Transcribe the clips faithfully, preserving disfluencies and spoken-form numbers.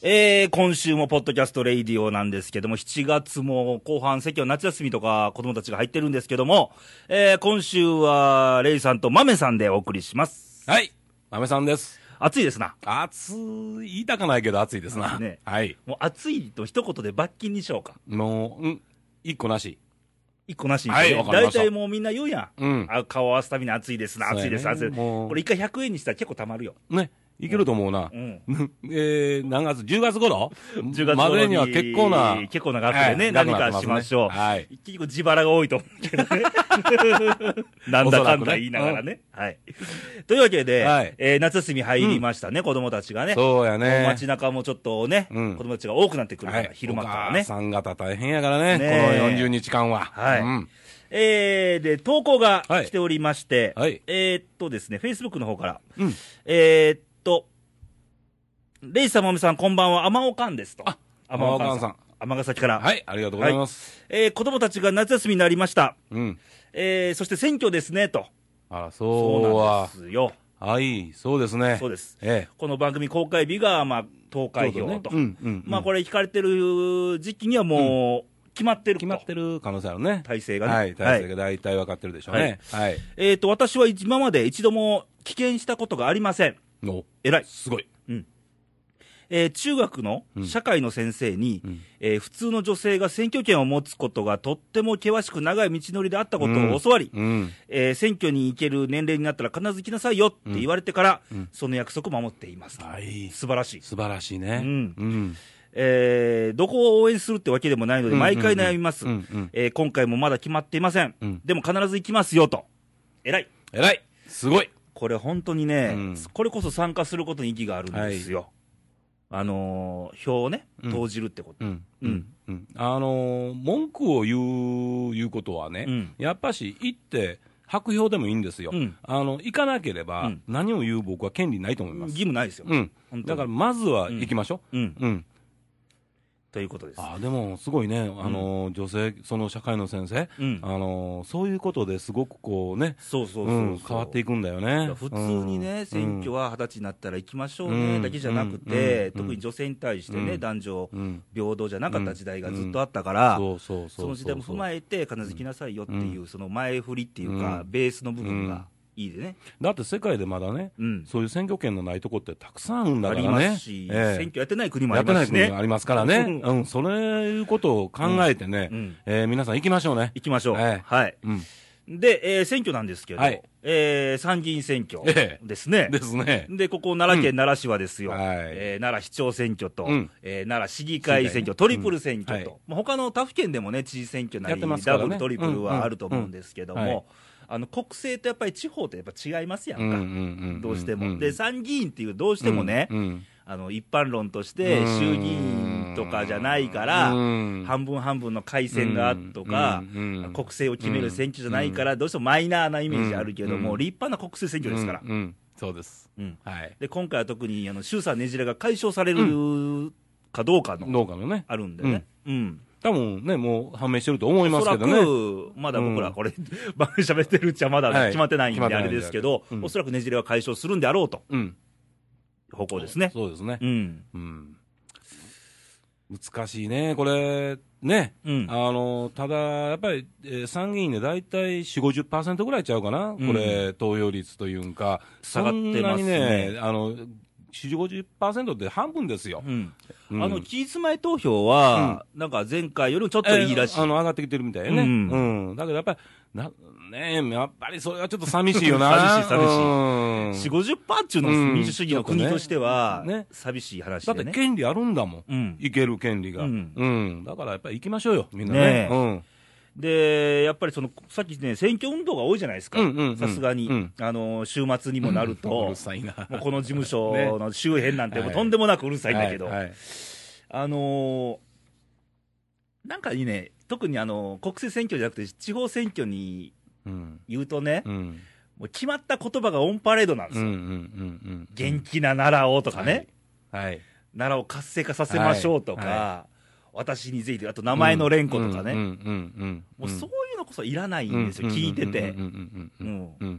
えー、今週もポッドキャストレイディオなんですけども、しちがつも後半席は夏休みとか子供たちが入ってるんですけども、えー、今週はレイさんとマメさんでお送りします。 はい、マメさんです。 暑いですな。 暑い、言いたかないけど暑いですな。 ね、 はい。 もう暑いと一言で罰金にしようか。 もう、うん、一個なし。 一個なしにして、ね。はい、わかりました。 大体もうみんな言うやん。 うん。 あ、顔合わすたびに暑いですな、暑いです、暑いです。これ一回ひゃくえんにしたら結構たまるよ。 ね。いけると思うな。 うん。 えー、何月 ?じゅう 月頃 ? じゅう 月頃までには結構な。 結構な額でね、はい、何かしましょう。 はい。 結構自腹が多いと思うけどね。なんだかんだ言いながらね。はい。というわけで、はい、えー、夏休み入りましたね、うん、子供たちがね。 そうやね。 街中もちょっとね、うん、子供たちが多くなってくるから、はい、昼間からね。お母さん方大変やからね、ねこのよんじゅうにちかんは。 はい。うん、えー、で、投稿が来ておりまして、 はい、 えー、っとですね、Facebook の方から、 うん、 えー、っと、レイさん、まめさん、こんばんは、天尾館ですと。 あ、天尾館さん。 尼崎から。 はい、ありがとうございます。 はい、えー、子供たちが夏休みになりました。 うん。 えー、そして選挙ですね、と。 あら、そうは。 そうなんですよ。 はい、そうですね。 そうです。 ええ、 この番組公開日が、まあ、投開票と。 ね、うんうんうん、 まあ、これ、聞かれてる時期にはもう、決まってると。 決まってる可能性あるね。 体制がね。 はい、体制が大体分かってるでしょうね。はい。はい、 えっと、私は今まで一度も棄権したことがありません。 お、 偉い。 すごい。 うん。えー、中学の社会の先生に、うん、えー、普通の女性が選挙権を持つことがとっても険しく長い道のりであったことを教わり、 うんうん、 えー、選挙に行ける年齢になったら必ず来なさいよって言われてから、うん、その約束を守っています、 はい、 素晴らしい素晴らしいね、 うんうん、 えー、どこを応援するってわけでもないので毎回悩みます、えー、今回もまだ決まっていません、うん、でも必ず行きますよと。偉い偉い、すごい。 これ本当にね、うん、これこそ参加することに意義があるんですよ、はい、あのー、票をね、投じるってこと。 うんうんうん、あのー、文句を言う、言うことはね、うん、やっぱし行って、白票でもいいんですよ。うん、あの、行かなければ、何を言う僕は権利ないと思います。 義務ないですよ。 うん。だから、まずは行きましょう。 うん。 うん。 ということです。 あでもすごいね、あの、うん、女性、その社会の先生、うん、あの、そういうことですごくこうね、 そうそうそうそう、うん、 変わっていくんだよね。 普通にね、うん、選挙は二十歳になったら行きましょうね、うん、だけじゃなくて、うん、特に女性に対してね、男女平等じゃなかった時代がずっとあったから、その時代も踏まえて、必ず来なさいよっていう、その前振りっていうか、ベースの部分が。いいでね、 だって世界でまだね、うん、そういう選挙権のないとこってたくさんあるんだからね。 ありますし、えー、選挙やってない国もありますしね。 やってない国もありますからね。うん、そういうことを考えてね、うんうん、えー、皆さん行きましょうね。 行きましょう。えー、はい。うんで、えー、選挙なんですけど、はい、えー、参議院選挙ですね。 えー、ですね。 で、ここ奈良県奈良市はですよ、 うん、はい、 えー、奈良市長選挙と、うん、えー、奈良市議会選挙、トリプル選挙と、うんはい、まあ、他の他府県でもね、知事選挙なり、ね、ダブル、トリプルはあると思うんですけども、うんうんうんはい、あの国政とやっぱり地方とやっぱ違いますやんか、うんうんうんうん、どうしても。で、参議院っていうどうしてもね、うんうんあの一般論として衆議院とかじゃないから半分半分の改選がとか国政を決める選挙じゃないからどうしてもマイナーなイメージあるけども立派な国政選挙ですから、 うんうん、そうです、 うんはい、 で今回は特にあの衆参ねじれが解消されるかどうかの、 どうかのねあるんでね、うんうん多分ね、もう判明してると思いますけどね。 おそらく、まだ僕らこれ、うん、番組喋ってるうちはまだ決まってないんであれですけど、はい、おそらくねじれは解消するんであろうと。うん方向ですね。 そうですね。 うん。 うん。難しいね、これ、ね。うん、あの、ただ、やっぱり、えー、参議院で大体よんじゅう、ごじゅっパーセントぐらいちゃうかな、うん、これ、投票率というんか、 下がってますね。 そんなにね、あの、よんじゅう、ごじゅっパーセントって半分ですよ。 うんうん、あの、期日前投票は、うん、なんか前回よりもちょっといいらしい。 えー、あの、上がってきてるみたいね。うん。うん、だけどやっぱり、な、ねえ、やっぱりそれはちょっと寂しいよな。 寂しい、寂しい。よんじゅう、ごじゅっパーセント っていうの民主主義の国としては、ね、寂しい話でね。 だって権利あるんだもん。うん、行ける権利が、うん。うん。だからやっぱり行きましょうよ、みんなね。ねうん。 で、やっぱりその、さっきね、選挙運動が多いじゃないですか。さすがに、うん。あの、週末にもなると、 うん、うるさいな。 もうこの事務所の周辺なんてもうとんでもなくうるさいんだけど、はいはいはい、あのー、なんかいいね、特にあの、国政選挙じゃなくて地方選挙に言うとね、うん、もう決まった言葉がオンパレードなんですよ。元気な奈良をとかね、はいはい、奈良を活性化させましょうとか、はいはい、私にぜひ、あと名前の連呼とかね、もうそういうのこそいらないんですよ、聞いてて。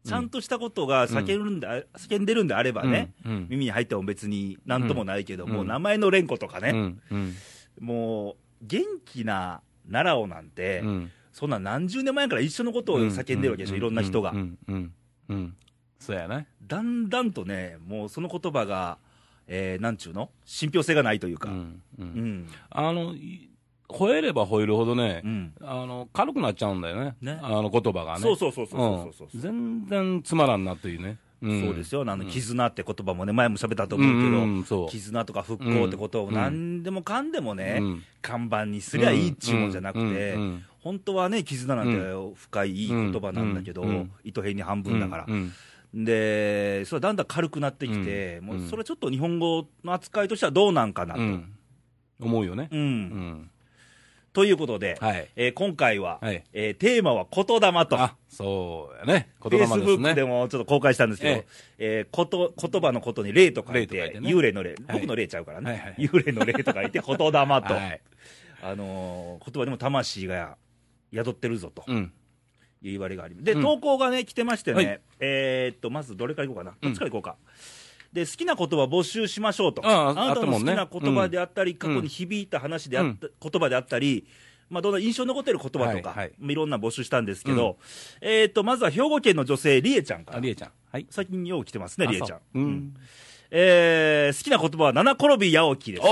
ちゃんとしたことが叫るんで、うん、叫んでるんであればね、うん、耳に入っても別になんともないけども、うん、名前の連呼とかね、うんうん、もう元気な奈良尾なんて、うん、そんな何十年前から一緒のことを叫んでるわけでしょ、いろんな人が。 そうやね。 だんだんとね、もうその言葉が、えー、なんちゅうの信憑性がないというか。うんうんうん、 あの吠えれば吠えるほどね、うん、あの軽くなっちゃうんだよね、ね、あの言葉がね。 そうそうそうそうそう、 うん、全然つまらんなっていうね。 うん、そうですよ、あの絆って言葉もね、前も喋ったと思うけど、うんうん、絆とか復興ってことを何でもかんでもね、うん、看板にすりゃいいっちゅうもんじゃなくて、うんうんうん、本当はね、絆なんて深いいい言葉なんだけど、うんうん、糸辺に半分だから。うんうん、で、それはだんだん軽くなってきて、うん、もうそれちょっと日本語の扱いとしてはどうなんかなと、うん、 思うよね。 うんうんということで、はいえー、今回は、はいえー、テーマは言霊と。 あ、そうやね。言霊ですね。 フェイスブックでもちょっと公開したんですけど、ええー、こと言葉のことに霊と書いて、いてね、幽霊の霊、はい、僕の霊ちゃうからね、はいはいはい、幽霊の霊と書いて言霊と、はい、あのー、言葉にも魂が宿ってるぞと、うん、いう言われがあります。で、うん、投稿がね来てましてね、はい、えー、っとまずどれからいこうかな、どっちからいこうか。うんで好きな言葉募集しましょうと、あ, あなたの好きな言葉であったり、ね、過去に響いた話であった、うん、言葉であったり、まあ、どんな印象に残っている言葉とか、はいはい、いろんな募集したんですけど、うんえー、とまずは兵庫県の女性、りえちゃんから、 りえちゃん、はい、 最近よう来てますね、りえちゃん、うんうんえー、好きな言葉は七転び八起きです。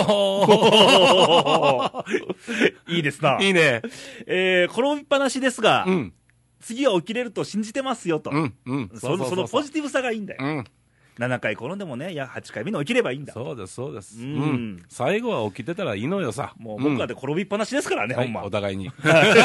いいですな、 いいね、 えー、転びっぱなしですが、うん、次は起きれると信じてますよと、うんうん、そのポジティブさがいいんだよ。うんななかい転んでもね、いやはちかいめに起きればいいんだ。 そうですそうです、うんうん、最後は起きてたらいいのよさ。 もう僕らで転びっぱなしですからね、うん、ほんま、 はい、お互いに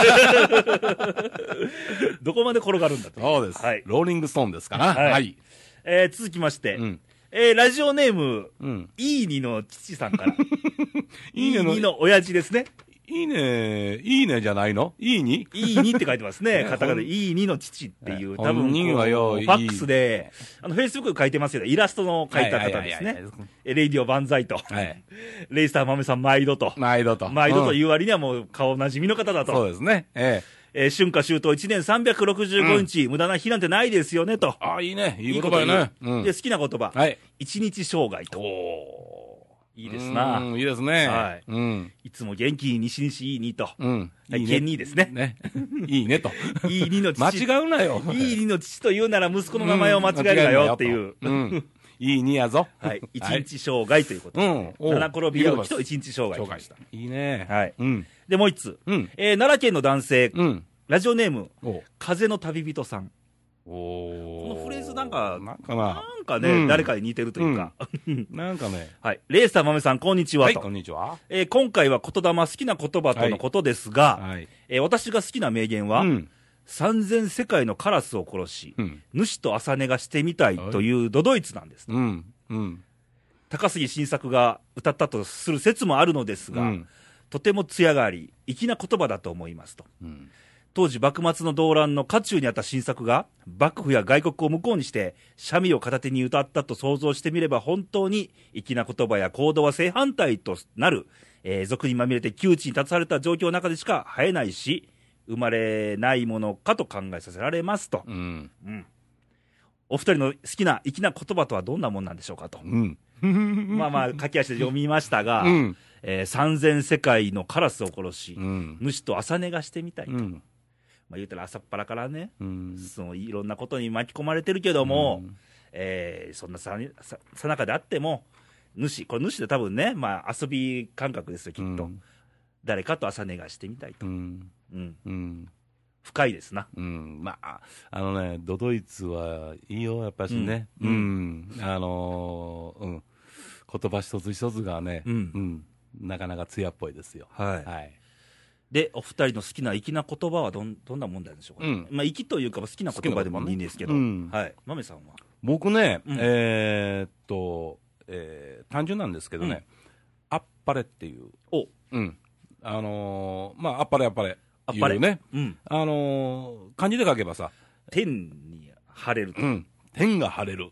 どこまで転がるんだと。 そうです、はい、ローリングストーンですから、はいはいえー、続きまして、うんえー、ラジオネーム、うん、いいにの父さんからいいにの親父ですね。 いいね、いいねじゃないの？いいに？ いいにって書いてますね。カタカナでいいにの父っていう、多分人はよ、 ファックスで、あのフェイスブック書いてますよね。イラストの書いた方ですね。レイディオ万歳と、はい、レイスター豆さん毎度と、 毎度と、 毎度という割にはもう顔なじみの方だと。 そうですね。えええー、春夏秋冬いちねんさんびゃくろくじゅうごにち、うん、無駄な日なんてないですよねと。 ああ、いいね。いい言葉やね。 うん、で、好きな言葉。はい。一日生涯と。おいいですな。 うん、いいですね。 はい。うん。いつも元気に西西いいにと。うん。いいね。にですね。ね。 いいねと。 いいにの父。 間違うなよ。 いいにの父と言うなら息子の名前を間違えるなよっていう。 うん。いいにやぞ。 はい。一日生涯ということで。うん。七転び八起きと一日生涯。 いいね。 はい。うん。で、もう一つ。うん。えー、奈良県の男性。うん。ラジオネーム、風の旅人さん。おこのフレーズなんか、なんかな、なんかね、うん、誰かに似てるというか。 うん、なんかね。 はい。レイスター豆さん、こんにちはと。 はい、こんにちは。 えー、今回は言霊、好きな言葉とのことですが、はい、えー、私が好きな名言は、うん、三千世界のカラスを殺し、うん、主と朝寝がしてみたいというドドイツなんです。うんうん、高杉晋作が歌ったとする説もあるのですが、うん、とても艶があり、粋な言葉だと思いますと。うん当時幕末の動乱の渦中にあった新作が幕府や外国を向こうにして三味を片手に歌ったと想像してみれば本当に粋な言葉や行動は正反対となる、えー、俗にまみれて窮地に立たされた状況の中でしか生えないし生まれないものかと考えさせられますと、うんうん、お二人の好きな粋な言葉とはどんなもんなんでしょうかと、うん、まあまあ駆け足で読みましたが、うんえー、三千世界のカラスを殺し、うん、主と朝寝がしてみたいと、うんまあ、言うたら朝っぱらからね、うん、そのいろんなことに巻き込まれてるけども、うんえー、そんなさささなかであっても主これ主で多分ね、まあ、遊び感覚ですよきっと、うん、誰かと朝寝がしてみたいと、うんうんうん、深いですな、 うん、まああのねドドイツはいいよやっぱしね、うんうんうん、あのー、うん、言葉一つ一つがね、うんうん、なかなか艶っぽいですよはい、はいでお二人の好きな粋な言葉はどんどんなもんなんでしょうか、ねうんまあ、粋というか好きな言葉でもいいんですけど、ねうんはい、豆さんは僕ね、うん、えー、っと、えー、単純なんですけどね、うん、あっぱれっていうお、うんあのー、まああっぱれあっぱれあっぱれね、うん、あのー、漢字で書けばさ天に晴れると、うん、 天が晴れる、うん、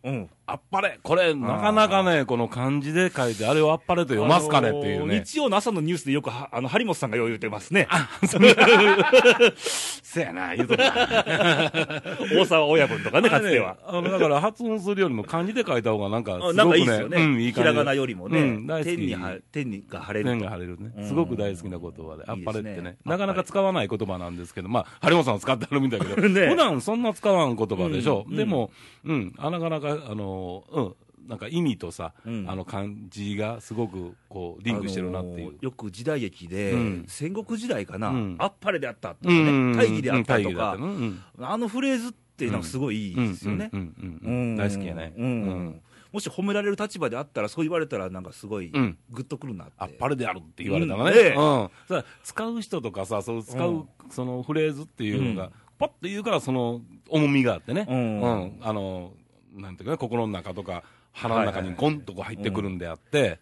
あっぱれ、これ、なかなかね、この漢字で書いて、あれをあっぱれと読ますかねっていうね。 日曜の朝のニュースでよくは、あの、張本さんがよう言うてますね。あ、 そんな。せやな、言うとった。 大沢親分とかね、かつては。 あの、だから発音するよりも漢字で書いた方がなんか、すごくね。 なんかいいですよね。 うん、いい感じ。 ひらがなよりもね。うん、 大好き。 天には、天が晴れる。 天が晴れるね。すごく大好きな言葉で、あっぱれってね。なかなか使わない言葉なんですけど、まあ、張本さんは使ってあるみたいだけど、普段そんな使わん言葉でしょ。でも、うん、なかなか、あの、うん。なんか意味とさ、うん、あの漢字がすごくこうリンクしてるなっていう、あのー、 よく時代劇で、うん、戦国時代かな、うん、あっぱれであったとかね、うん、大義であったとか、うん、あのフレーズっていうのがすごいいいですよね。 大好きやね、うんうん、 もし褒められる立場であったら、そう言われたらなんかすごいグッとくるなって、 あっぱれであるって言われたらね、うんうん、使う人とかさ、そう使うそのフレーズっていうのが、パッと言うからその重みがあってね、うんうん、あのなんていうか、心の中とか腹の中にゴンとこう入ってくるんであって、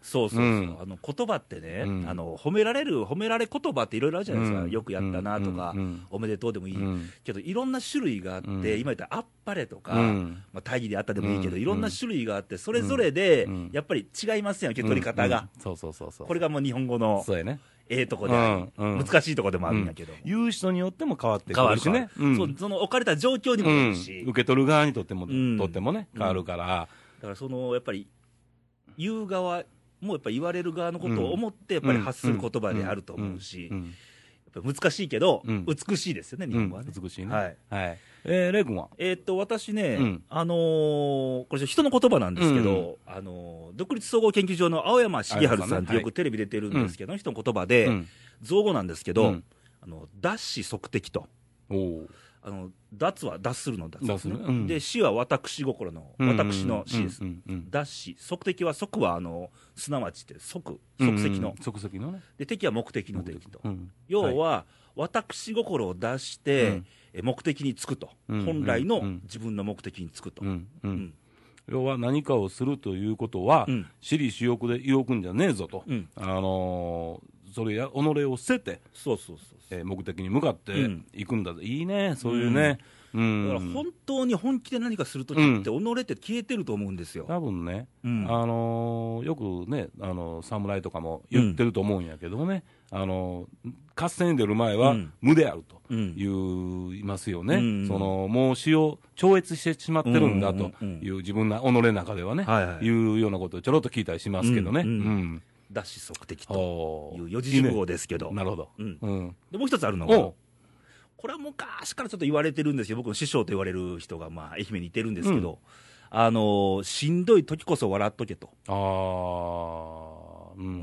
そうそうそう、うん、あの言葉ってね、うん、あの褒められる褒められ言葉っていろいろあるじゃないですか、うん、よくやったなとか、うん、おめでとうでもいい、うん、けどいろんな種類があって、うん、今言ったあっぱれとか、うん、まあ、大義であったでもいいけど、いろんな種類があってそれぞれでやっぱり違いますよ、受け取り方が、 そうそうそうそう、 これがもう日本語のそうやね、 ええとこであり、うんうん、難しいとこでもあるんやけど、 うん、言う人によっても変わってくるしね、 うん、そうその置かれた状況にもよるし、 うん、受け取る側にとっても、うん、とってもね変わるから、だからそのやっぱり言う側もやっぱり言われる側のことを思ってやっぱり発する言葉であると思うし、やっぱ難しいけど、うん、美しいですよね、日本語はね。 美しいね。 はい。 はい。えー、レイ君はえー、っと、私ね、うん、あのー、これ人の言葉なんですけど、うん、あのー、独立総合研究所の青山茂春さんってよくテレビ出てるんですけど、はい、人の言葉で、うん、造語なんですけど、うん、あの、脱死即敵と。おあの脱は脱するの脱ですね、うん、で死は私心の私の死です、脱死、即敵は即はあのすなわちって即即席の、 即席のね、 で敵は目的の敵と、うん、要は、はい、私心を出して、うん、目的につくと、うん、本来の自分の目的につくと、うんうんうん、 要は何かをするということは、うん、私利私欲で動くんじゃねえぞと、うん、あのーそれや己を捨てて、 そうそうそうそう、 えー、目的に向かっていくんだ、うん、いいね、そういうね、 うん、だから本当に本気で何かするときって、己って消えてると思うんですよ、 多分ね、うん、あのー、よくね、あのー、侍とかも言ってると思うんやけどね、うん、あのー、合戦に出る前は無であると言いますよね、うん、そのもう死を超越してしまってるんだという、自分の己の中ではね、はいはい、いうようなことをちょろっと聞いたりしますけどね。うんうんうん、 脱死即敵という四字熟語ですけど、 いいね、なるほど、 うんうん、でもう一つあるのが、これは昔からちょっと言われてるんですよ、僕の師匠と言われる人が、まあ、愛媛にいてるんですけど、うん、あのしんどい時こそ笑っとけと、あ、うんうんうん、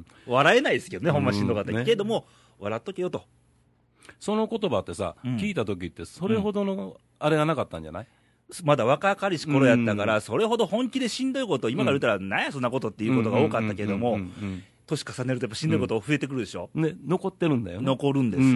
笑えないですけどね、ほんましんどかったけども、ね、笑っとけよと。 その言葉ってさ、うん、聞いた時ってそれほどのあれがなかったんじゃない？ まだ若かりし頃やったから、それほど本気でしんどいことを今から言ったら、なんやそんなことっていうことが多かったけども、年重ねるとやっぱしんどいこと増えてくるでしょ、 うん、ね、残ってるんだよね、 残るんですよ、うん、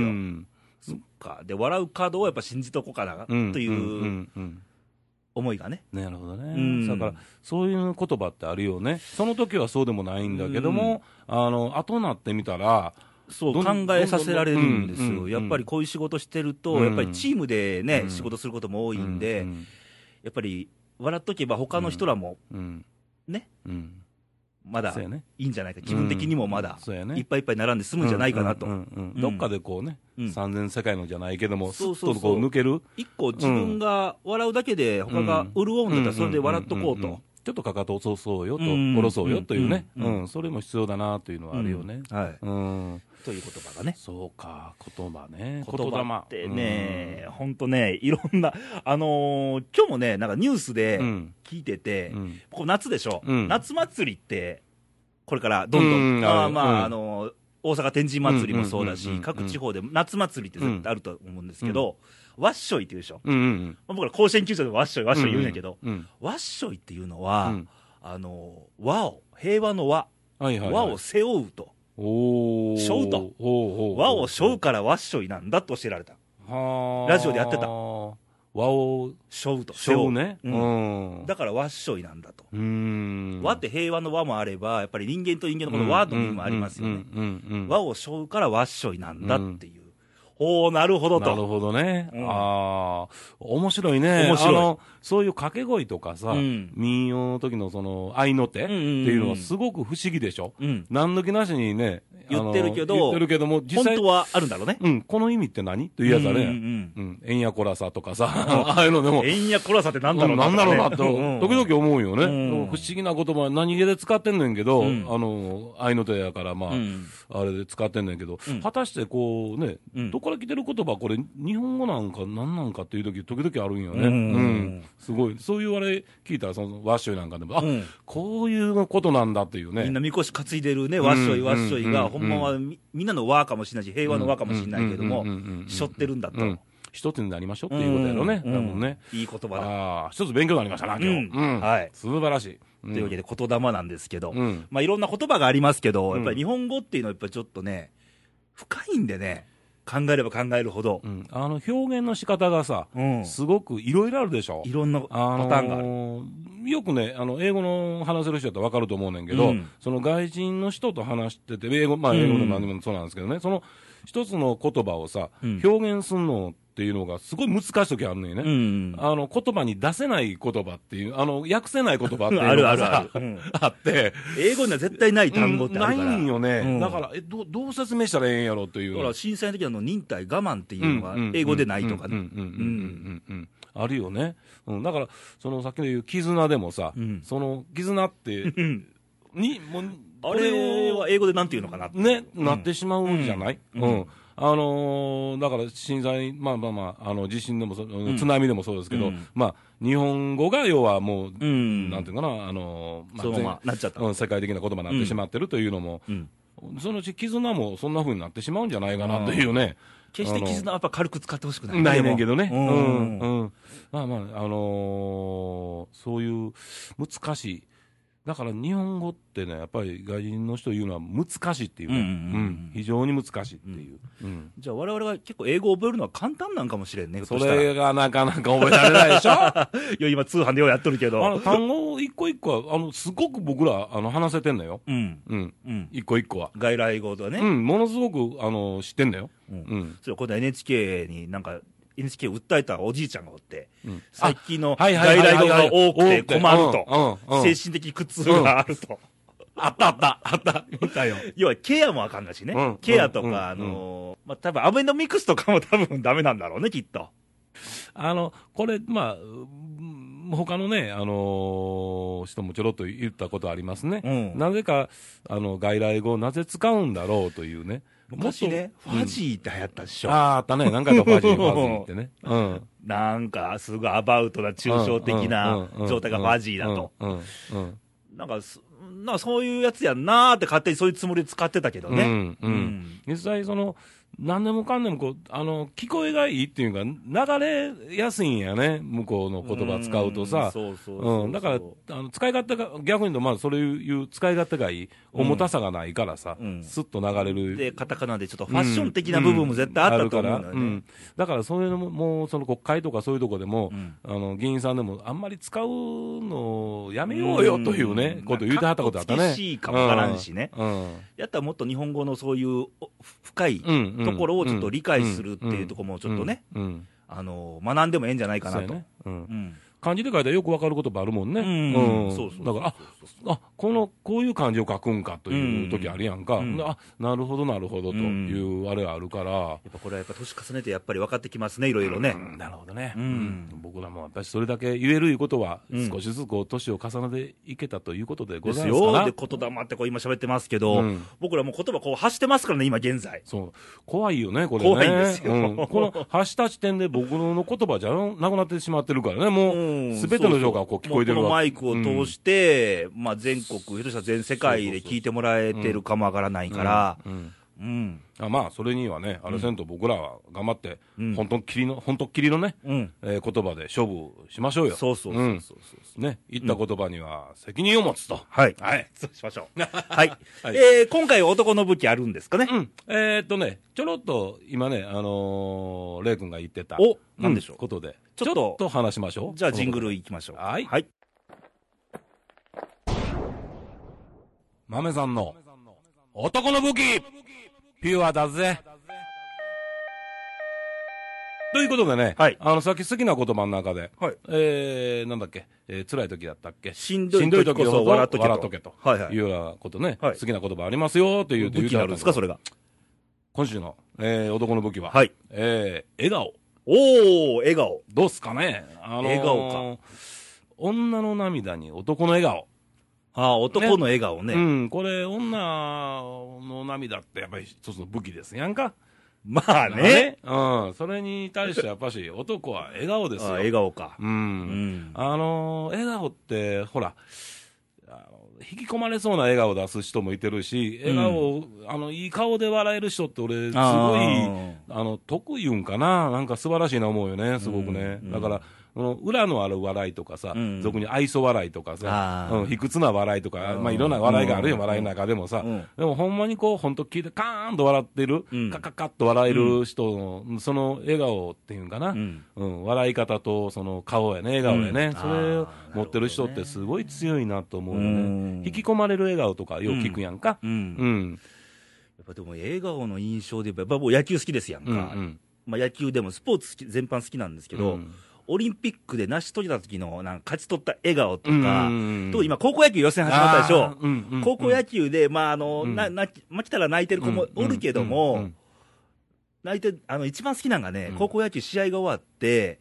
そっか、で笑うカードをやっぱ信じとこうかなという思いがね、 なるほどね、うん、だからそういう言葉ってあるよね、その時はそうでもないんだけども、うん、あの後になってみたらそう考えさせられるんですよ、うんうん、やっぱりこういう仕事してると、うん、やっぱりチームでね、うん、仕事することも多いんで、うんうん、やっぱり笑っとけば他の人らも、うん、ね、うん、まだいいんじゃないか、気分的にもまだ、うん、いっぱいいっぱい並んで済むんじゃないかなと、 どっかでこうね、うん、三千世界のじゃないけども、すっとこう抜ける、 一個自分が笑うだけで他が潤うんだったらそれで笑っとこうと。 ちょっとかかとを落とそうよと、下ろそうよというね、うん、それも必要だなというのはあるよね。 はい。うん。という言葉がね。 そうか、言葉ね。 言葉ってね、本当ね、いろんな、あのー、今日もね、なんかニュースで聞いてて、うん、こう夏でしょ、うん、夏祭りって、これからどんどん、うん、あまあ、うん、あのー、大阪天神祭りもそうだし、各地方で夏祭りって絶対あると思うんですけど、うん、わっしょいって言うでしょ、うんうんうん、僕ら甲子園球場でわっしょいわっしょい言うんやけど、うんうん、わっしょいっていうのは、うん、あの和を平和の和、はいはいはい、和を背負うと、お背負うと、和を背負うからわっしょいなんだと教えられた。はラジオでやってた。 和を背負うと、 背負うね、 うん、だからわっしょいなんだと。うーん、和って平和の和もあれば、やっぱり人間と人間のこの和の意味もありますよね。和を背負うからわっしょいなんだっていう、うん、 ほう、なるほどと。 なるほどね。うん、ああ、面白いね。面白い。あの、そういう掛け声とかさ、うん、民謡の時のその、合いの手っていうのはすごく不思議でしょ。うん、何抜きなしにね、 言ってるけど、 言ってるけども、 実際本当はあるんだろうね。 うん、この意味って何というやつはね、うん、うん、えんやこらさとかさ、ああいうのでも。 えんやこらさってなんだろうな、 うん、なんだろうなと、時々思うよね。うん、不思議な言葉、何気で使ってんねんけど、うん、あの、合いの手やから、まあ、うん、あれで使ってんねんけど、うん、果たしてこうね、うん、どこから来てる言葉、これ、日本語なんか何なんかっていう時、時々あるんよね。うん、うん、すごい。そういうあれ聞いたら、その、ワッショイなんかでも、あ、うん、こういうことなんだっていうね。 みんなみこし担いでるね、ワッショイ、ワッショイが、ほんまはみ、みんなの輪かもしれないし、平和の輪かもしれないけども、背負ってるんだと。 一つになりましょうっていうことやろね。多分ね。 いい言葉だ。 ああ、一つ勉強になりましたな、今日。はい。素晴らしい。 というわけで、言霊なんですけど、まあいろんな言葉がありますけど、やっぱり日本語っていうのはやっぱりちょっとね、深いんでね、考えれば考えるほど。 あの、表現の仕方がさ、すごくいろいろあるでしょ。 いろんなパターンがある。 よくね、あの、英語の話せる人だったら分かると思うねんけど、その外人の人と話してて、英語、まあ英語でも何でもそうなんですけどね、その一つの言葉をさ、表現するのっていうのがすごい難しい時あるのよね。うん、あの、言葉に出せない言葉っていう、あの、訳せない言葉っていうのがさ、あるあるある、うん、あって。 英語には絶対ない単語ってあるから。 ないんよね。うん、だから、え、ど、どう説明したらええんやろっていう。 だから震災の時の忍耐我慢っていうのが英語でないとかね。 あるよね。うん。だから、そのさっきの言う絆でもさ、うん、その絆って、に、もう、 あれは英語でなんて言うのかなって。 ね、なってしまうんじゃない？うん。うんあのー、だから震災、まあまあまあ、あの地震でもそ、うん、津波でもそうですけど、うん、まあ、日本語が要はもう、うん、なんていうかな、あのー、まあ、 そのままなっちゃった、 うん、世界的な言葉になってしまってるというのも、うん、そのうち絆もそんな風になってしまうんじゃないかなというね。 決して絆はやっぱ軽く使ってほしくない。 ないねんけどね。うん、うん。まあまあ、あのー、そういう難しい。だから日本語ってね、やっぱり外人の人言うのは難しいっていうね、非常に難しいっていう。うんうん、 じゃあ我々が結構英語を覚えるのは簡単なんかもしれんね。 それがなかなか覚えられないでしょいや、今通販でようやっとるけど。 あの単語一個一個は、あの、すごく僕ら、あの、話せてんのよ。うん。うん。うん。一個一個は。 外来語とはね。 うん、ものすごく、あの、知ってんだよ。 うん。うん、それ、今度 エヌエイチケー になんか、エヌエイチケー を訴えたおじいちゃんがおって、うん、最近の外来語が多くて困ると、精神的苦痛があると。 あったあった、あった、見たよ。 要はケアもあかんだしね。うん、ケアとか、うん、あのー、まあ、多分アベノミクスとかも多分ダメなんだろうね、きっと。 あの、これ、まあ、他のね、あのー、人もちょろっと言ったことありますね。うん、なぜか、あの、外来語をなぜ使うんだろうというね。 昔ね、ファジーって流行ったでしょ。 うん、ああ、あったね。何回かファジー、ファジーってね。うん。 なんか、すごいアバウトな抽象的な状態がファジーだと。なんか、なんかそういうやつやんなーって勝手にそういうつもりで使ってたけどね。うん。 うん。うん、実際その、何でもかんでもこう、あの、聞こえがいいっていうか、流れやすいんやね。向こうの言葉使うとさ。そうそうそう。うん。だから、あの、使い勝手が、逆に言うと、まあ、それいう使い勝手がいい、重たさがないからさ、うん、スッと流れる。 で、カタカナでちょっとファッション的な部分も絶対あったと思うんだよね。うんうん、 だから、そういうのも、もう、その国会とかそういうとこでも、うん、あの、議員さんでも、あんまり使うのをやめようよというね、ことを言うてはったことあったね。 難しいかもわからんしね。うん。やったらもっと日本語のそういう深いところをちょっと理解するっていうところもちょっとね、あの、学んでもええんじゃないかなと。 漢字で書いたらよくわかる言葉あるもんね。うん。そうそう。だから、あ、あ、この、こういう漢字を書くんかという時あるやんか。うん、あ、なるほどなるほどというあれあるから。やっぱこれはやっぱ年重ねてやっぱり分かってきますね、いろいろね。 なるほどね。うん。僕らもやっぱりそれだけ言えるいうことは、少しずつこう、年を重ねていけたということでございますかな。 ですよ。で、言霊ってこう今喋ってますけど、僕らも言葉こう発してますからね、今現在。 そう。怖いよね、これね。 怖いんですよ。 この発した時点で僕の言葉じゃなくなってしまってるからね、もう、すべての情報がこう聞こえてるわ。 このマイクを通して、うん、まあ全国、ひょっとしたら全世界で聞いてもらえてるかもわからないから、うん。 うん、あまあ、それにはね、あれせんと僕らは頑張って、うん、本当っきりの、本当っきりのね、うん、えー、言葉で勝負しましょうよ。 そうそうそうそうそう、 うん。ね、言った言葉には責任を持つと。 はい。はい。そうしましょう。はい。はい、えー、今回男の武器あるんですかね。 うん。えー、っとね、ちょろっと今ね、あのー、レイ君が言ってた。 お、なんでしょう。 ことで、ちょっと話しましょう。 じゃあジングルいきましょう。 はい。はい。豆さんの男の武器ピュアだぜ。 ということでね、 はい、 あの、さっき好きな言葉の中で、 はい、 えー、なんだっけ、えー、辛い時だったっけ、 しんどい時こそ笑っとけと。 笑っとけと。はいはい。いうようなことね、はい、好きな言葉ありますよって言うと言う武器あるんですか、それが。 今週の、えー、男の武器は、 はい、 えー、笑顔。 おー、笑顔。 どうっすかね。あのー、 笑顔か。 女の涙に男の笑顔。 ああ、男の笑顔ね。 ね、うん、これ、女の涙ってやっぱり一つの武器ですやんか。 まあね。 うん。それに対してやっぱし、男は笑顔ですよ。 ああ、笑顔か。 うん。うん、あのー、笑顔って、ほら、あの引き込まれそうな笑顔を出す人もいてるし、笑顔、うん、あの、いい顔で笑える人って俺、すごい、あ, あの、得意うんかな。なんか素晴らしいな思うよね、すごくね。うん、だから、この裏のある笑いとかさ、うん、俗に愛想笑いとかさ、うん、卑屈な笑いとか、まあいろんな笑いがあるよ、笑いの中でもさ、うん、でもほんまにこう、ほんと聞いてカーンと笑ってる、うん、カカカッと笑える人の、その笑顔っていうんかな、うんうん、笑い方とその顔やね、笑顔やね、うん、それを持ってる人ってすごい強いなと思うよね。うん、引き込まれる笑顔とかよく聞くやんか。うんうん、 やっぱでも笑顔の印象でやっぱ僕野球好きですやんか。うんうん、まあ野球でもスポーツ好き全般好きなんですけど、うんオリンピックで成し遂げた時のなんか勝ち取った笑顔とか、と今、高校野球予選始まったでしょ、うんうんうん、高校野球で、まああのうんなな負けたら泣いてる子もおるけども、うんうんうん、泣いてあの一番好きなのがね、うん、高校野球、試合が終わって、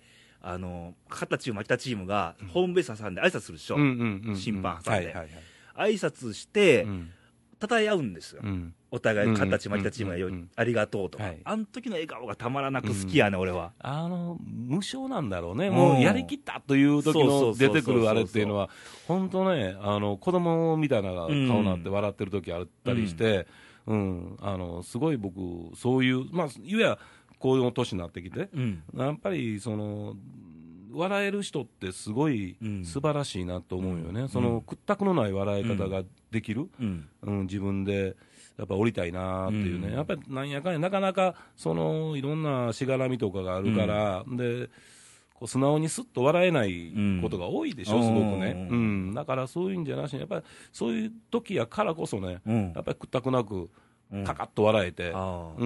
あの勝ったチーム、負けたチームが、ホームベース挟んで、挨拶するでしょ、うんうんうん、審判挟んで、はいはいはい、挨拶して、うん称え合うんですよ、うん、お互い勝ったチーム、負けたチームがよ、ありがとうとか、はい、あの時の笑顔がたまらなく好きやね、うん、俺は。 あの無償なんだろうね、もうやりきったという時の出てくるあれっていうのは、本当ね、あの子供みたいな顔になって笑ってる時あったりして、うんうん、あのすごい僕、そういう、まあ、いわやこういう年になってきて、うん、やっぱりその、笑える人ってすごい素晴らしいなと思うよね、うん、その屈託のない笑い方ができる、うんうん、自分でやっぱ降りたいなっていうね、うん、やっぱりなんやかんやなかなかそのいろんなしがらみとかがあるから、うん、でこう素直にすっと笑えないことが多いでしょ、うん、すごくね、うん、だからそういうんじゃなしにやっぱりそういう時やからこそね、うん、やっぱり屈託なくカカッと笑えて、うん、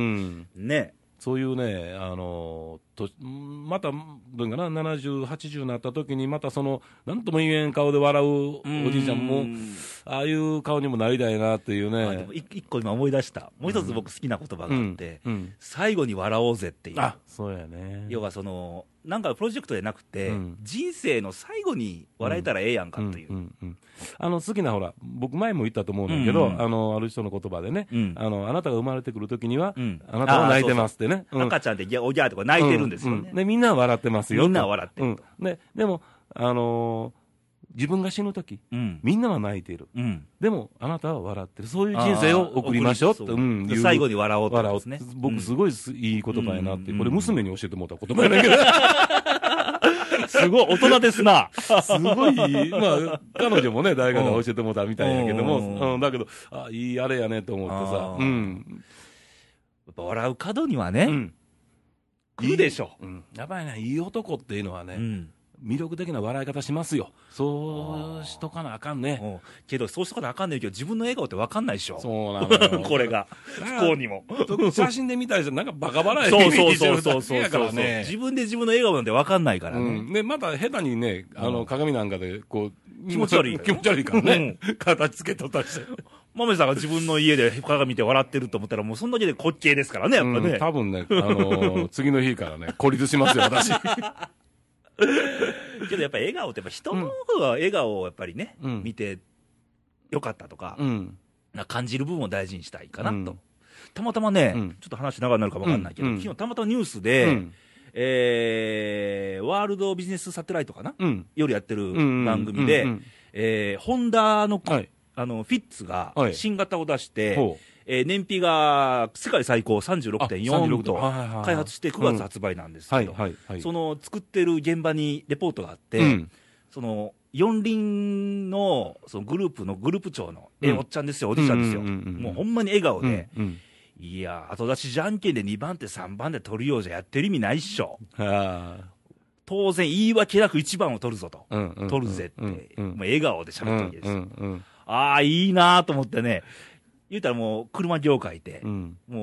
ねそういうね、あのとまたどうかな、ななじゅう、はちじゅうになった時にまたそのなんとも言えん顔で笑うおじいちゃんもああいう顔にもなりたいなっていうね。 でも一個今思い出した、もう一つ僕好きな言葉があって、うんうん、最後に笑おうぜっていう。 あ、そうやね。 要はそのなんかプロジェクトじゃなくて、うん、人生の最後に笑えたらええやんかという、うんうんうん、 あの好きなほら僕前も言ったと思うんだけど、うんうん、あのある人の言葉でね、うん、あのあなたが生まれてくる時には、うん、あなたは泣いてますってね、 そうそう、うん、赤ちゃんでギャおぎゃーとか泣いてるんですよね、うんうん、 でみんなは笑ってますよ、 みんなは笑ってる、うん、 で, でも、あのー自分が死ぬとき、うん、みんなは泣いている、うん、でもあなたは笑ってる、そういう人生を送りましょうって、うん、 最後に笑おうってことですね。 僕すごいいい言葉やなって、うん、これ娘に教えてもらった言葉やねんけどすごい大人ですなすごい、まあ彼女もね誰かが教えてもらったみたいやけども、うん、だけどあいいあれやねと思ってさ、うん、 やっぱ笑う角にはね、うん、来るでしょ、 うん、やっぱりね、いい男っていうのはね、うん魅力的な笑い方しますよ。そうしとかなあかんね。 けどそうしとかなあかんねんけど、自分の笑顔って分かんないでしょ。 そうなんだよこれが不幸にも写真で見たりしてなんかバカ笑いそうそうそうそうそうそう、ね、自分で自分の笑顔なんて分かんないからね、うん、 でまた下手にね、あの鏡なんかでこう気持ち悪い気持ち悪いからね、うん、形つけとったりしてマメさんが自分の家で鏡見て笑ってると思ったらもうそんだけで滑稽ですからね、やっぱね、 うん、多分ね、あのー、次の日からね孤立しますよ私けどやっぱり笑顔ってやっぱ人の方が笑顔をやっぱりね、うん、見てよかったとか、うん、感じる部分を大事にしたいかなと、うん、たまたまね、うん、ちょっと話長くなるか分かんないけど、うん、昨日たまたまニュースで、うんえー、ワールドビジネスサテライトかな、うん、夜やってる番組で、ホンダの、はい、あのフィッツが新型を出して、はいえー、燃費が世界最高 さんじゅうろくてんよん と開発してくがつ発売なんですけど、その作ってる現場にレポートがあって、うん、その四輪 の, そのグループのグループ長の、うん、えー、おっちゃんですよ、おじちゃんですよ、もうほんまに笑顔で、うんうん、いや後出しじゃんけんでにばん手さんばんで取るようじゃやってる意味ないっしょ、当然言い訳なくいちばんを取るぞと、うんうん、取るぜって、うんうん、もう笑顔で喋ったわけですよ、うんうんうん、ああいいなと思ってね、言うたらもう車業界で、うん、も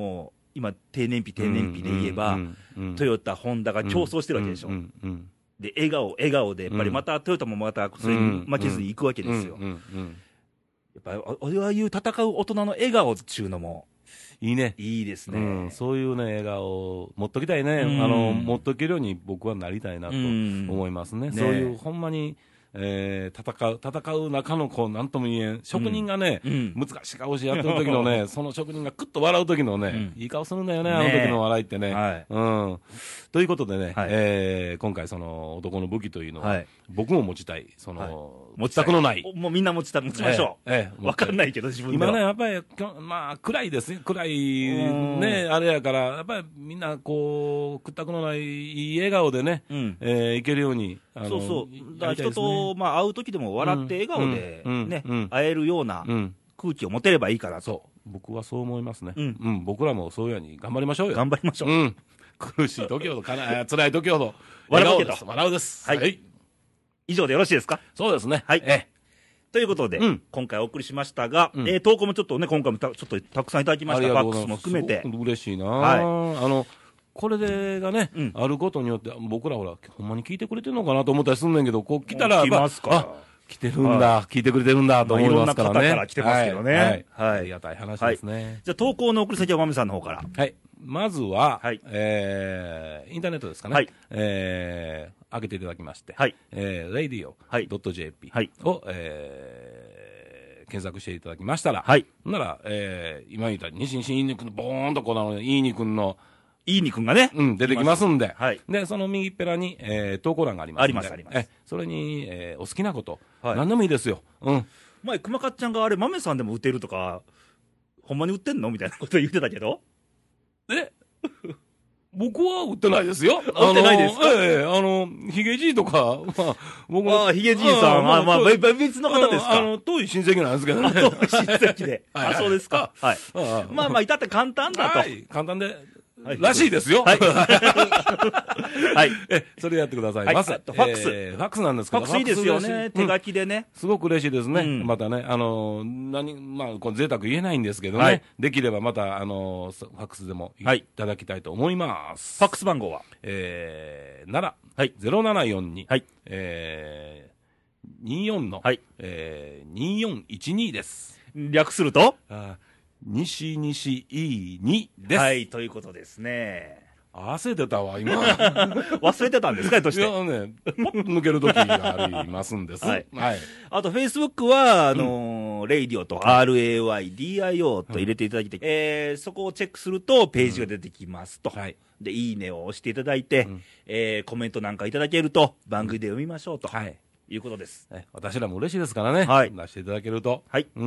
今、低燃費、低燃費で言えば、トヨタ、ホンダが競争してるわけでしょ。で、笑顔、笑顔で、やっぱりまたトヨタもまたそれに負けずに行くわけですよ。やっぱり、ああいう戦う大人の笑顔っていうのも、 いいね。 いいですね、うん。 そういうね、笑顔を持っときたいね。うん、あの、持っとけるように僕はなりたいなと思いますね。うん、そういう、ほんまに、えー、戦う、戦う中のこう、なんとも言えん、職人がね、うん、難しい顔してやってる時のね、その職人がくっと笑う時のね、うん、いい顔するんだよね、あの時の笑いってね。はい、うん。ということでね、はい、えー、今回その男の武器というのは、はい、僕も持ちたい、その、はい、持ちたくのない。 もうみんな持ちた、持ちましょう。ええ、わかんないけど自分では。 今ね、やっぱり、まあ、暗いですね、暗いね、あれやから、やっぱりみんなこう、屈託のないいい笑顔でね、うん、えー、いけるように、 あのそうそう。だから人と、まあ、会う時でも笑って笑顔でね、会えるような空気を持てればいいかなと。 そう。僕はそう思いますね。うん。僕らもそういうように頑張りましょうよ。 頑張りましょう。うん。 苦しい時ほど、かな、辛い時ほど、笑うです。笑うです。 はい。以上でよろしいですか？ そうですね。 はい。ええ。ということで、今回お送りしましたが、え投稿もちょっとね、今回もちょっとたくさんいただきました。ファックスも含めて。 嬉しいな。はい。あの、これでがね、あることによって、僕らほら、ほんまに聞いてくれてるのかなと思ったりすんねんけど、こう来たら、 来ますか。 来てるんだ、聞いてくれてるんだと思いますからね。いろんな方から来てますけどね。 はい。ありがたい話ですね。 じゃあ、投稿の送り先はまめさんの方から。 はい。まずは、えー、インターネットですかね。はい。えー、開けていただきまして、はい。えー、レイディオ .jp を、えー、検索していただきましたら、はい。なら、えー、今言った西西いいにくんのボーンとこのいいにくんのいいにくんがね。 うん、出てきますんで。はい。で、その右っぺらに、えー、投稿欄がありますんで。あります、あります。え、それに、えー、お好きなこと。はい。何でもいいですよ。うん。 前、熊かっちゃんがあれ、豆さんでも打てるとか、ほんまに売ってんのみたいなこと言ってたけど。 え僕は売ってないですよ。 売ってないですか？ ええ、あの、ヒゲじいとか、まあ、僕も。ああ、ヒゲじいさん、まあまあ、別の方ですか？ あの、遠い親戚なんですけどね。 遠い親戚で。あ、そうですか。はい。まあまあ、至って簡単だと。はい、 簡単で。らしいですよ。はい。はい。え、それやってください。まず、ファックス。ファックスなんですけど。 ファックスいいですよね。手書きでね。 すごく嬉しいですね。またね、あの、何、まあ、この贅沢言えないんですけどね。できればまた、あの、ファックスでもいただきたいと思います。 ファックス番号はえー、なな、はい。ゼロななよんに、はい。えー、にじゅうよんの、はい。えー、にじゅうよんいちにです。 略するとあ西西いいにです。 はい、ということですね。 焦ってたわ、今。 忘れてたんですか、として。 いやね、ポッと抜ける時がありますんです。はい。はい。 あと、フェイスブックは、あのー、レイディオと アールエーワイディーアイオー と入れていただいて、うん、えー、そこをチェックすると、ページが出てきますと。うん、はい。で、いいねを押していただいて、うん、えー、コメントなんかいただけると、番組で読みましょうと。はい。いうことです。 私らも嬉しいですからね。はい。出していただけると。はい。うん。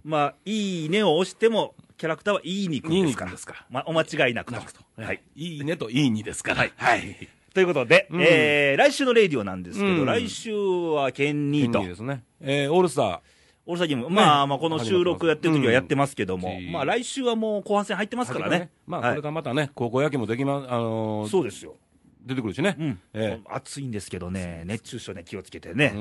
まあ、いいねを押しても、キャラクターはいいにくんですから。いいにくんですか。まあ、お間違いなくと。 はい。いいねといいにですから。はい。はい。 ということで、えー、来週のレイディオなんですけど、来週はケンニーと。 ケンニーですね。えー、オールスター。 オールスターゲーム。まあまあ、この収録やってる時はやってますけども、まあ来週はもう後半戦入ってますからね。 まあ、これからまたね、高校野球もできま、あの、 そうですよ。 出てくるしね。うん。 えー、暑いんですけどね、熱中症ね、気をつけてね。 うん。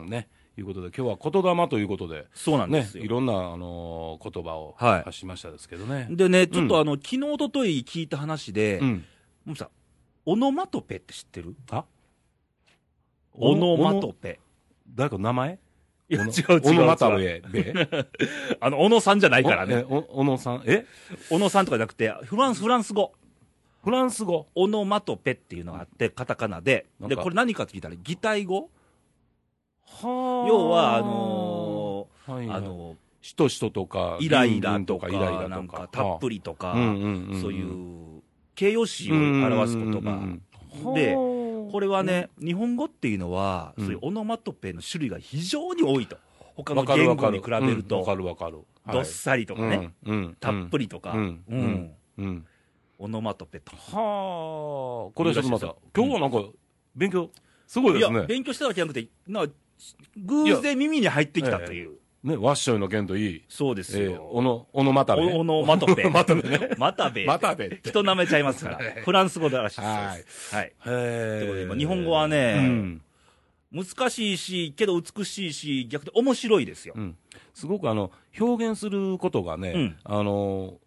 ね。いうことで、今日は言霊ということで。 そうなんですよ。 ね。いろんな、あのー、言葉を発しましたですけどね。 でね、ちょっとあの、昨日、おととい聞いた話で、うん。もうさ、オノマトペって知ってる？あオノマトペ。 誰か名前？ いや、違う違う。 オノマトペ。 あの、小野さんじゃないからね。 小野さん、え小野さんとかじゃなくて、フランス、フランス語。 フランス語オノマトペっていうのがあって、カタカナで。で、これ何かって聞いたら、擬態語は要は、あのー、はいはい、あのー、 しとしととか、 イライラとか、なんか、たっぷりとか、そういう形容詞を表す言葉。で、これはね、日本語っていうのは、そういうオノマトペの種類が非常に多いと。他の言語に比べると。 わかるわかる。 どっさりとかね、たっぷりとか。オノマトペと。 はあ。これちょっとまた、今日はなんか、勉強、すごいですね。いや、 勉強したわけじゃなくて、な偶然耳に入ってきたという。 ね、ワッショイの剣といい。 そうですよ。 おの、おのまたべ。 おのまとべ。 またべね。 またべ。 またべ。 人舐めちゃいますから。フランス語だらしいです。はい。ということで、日本語はね、難しいし、けど美しいし、逆に面白いですよ。 すごくあの、表現することがね、あの、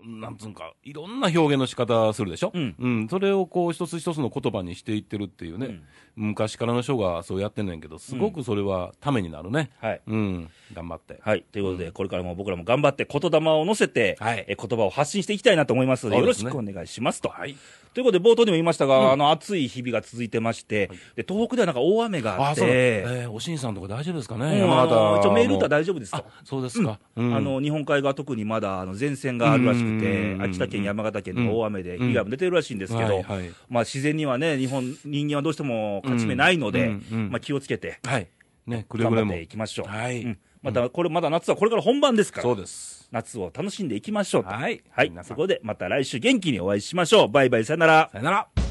なんつうんか、いろんな表現の仕方するでしょ、うんうん、それをこう一つ一つの言葉にしていってるっていうね、うん、昔からの人がそうやってんねんけど、すごくそれはためになるね、うんはいうん、頑張って。 はい、ということで、うん、これからも僕らも頑張って、言霊を乗せて、はい、え言葉を発信していきたいなと思いますので、よろしくお願いしますと。はい、ということで、冒頭でも言いましたが、うん、あの暑い日々が続いてまして、はい、で東北ではなんか大雨があって、あえー、おしんさんとか大丈夫ですかね、うん、 山形一応メール打ったら大丈夫ですか。 そうですか、 うん、あの日本海側、特にまだあの前線があるらしくて、秋田県、山形県の大雨で被害も出てるらしいんですけど、まあ、自然にはね、日本、人間はどうしても勝ち目ないので、まあ、気をつけて、 はいね、くれ頑ぐれも張っていきましょう。 はいうん、 またこれまだ夏はこれから本番ですから、 そうです、 夏を楽しんでいきましょうと。 はい、 はい、そこでまた来週元気にお会いしましょう。バイバイ、さよなら。 さよなら。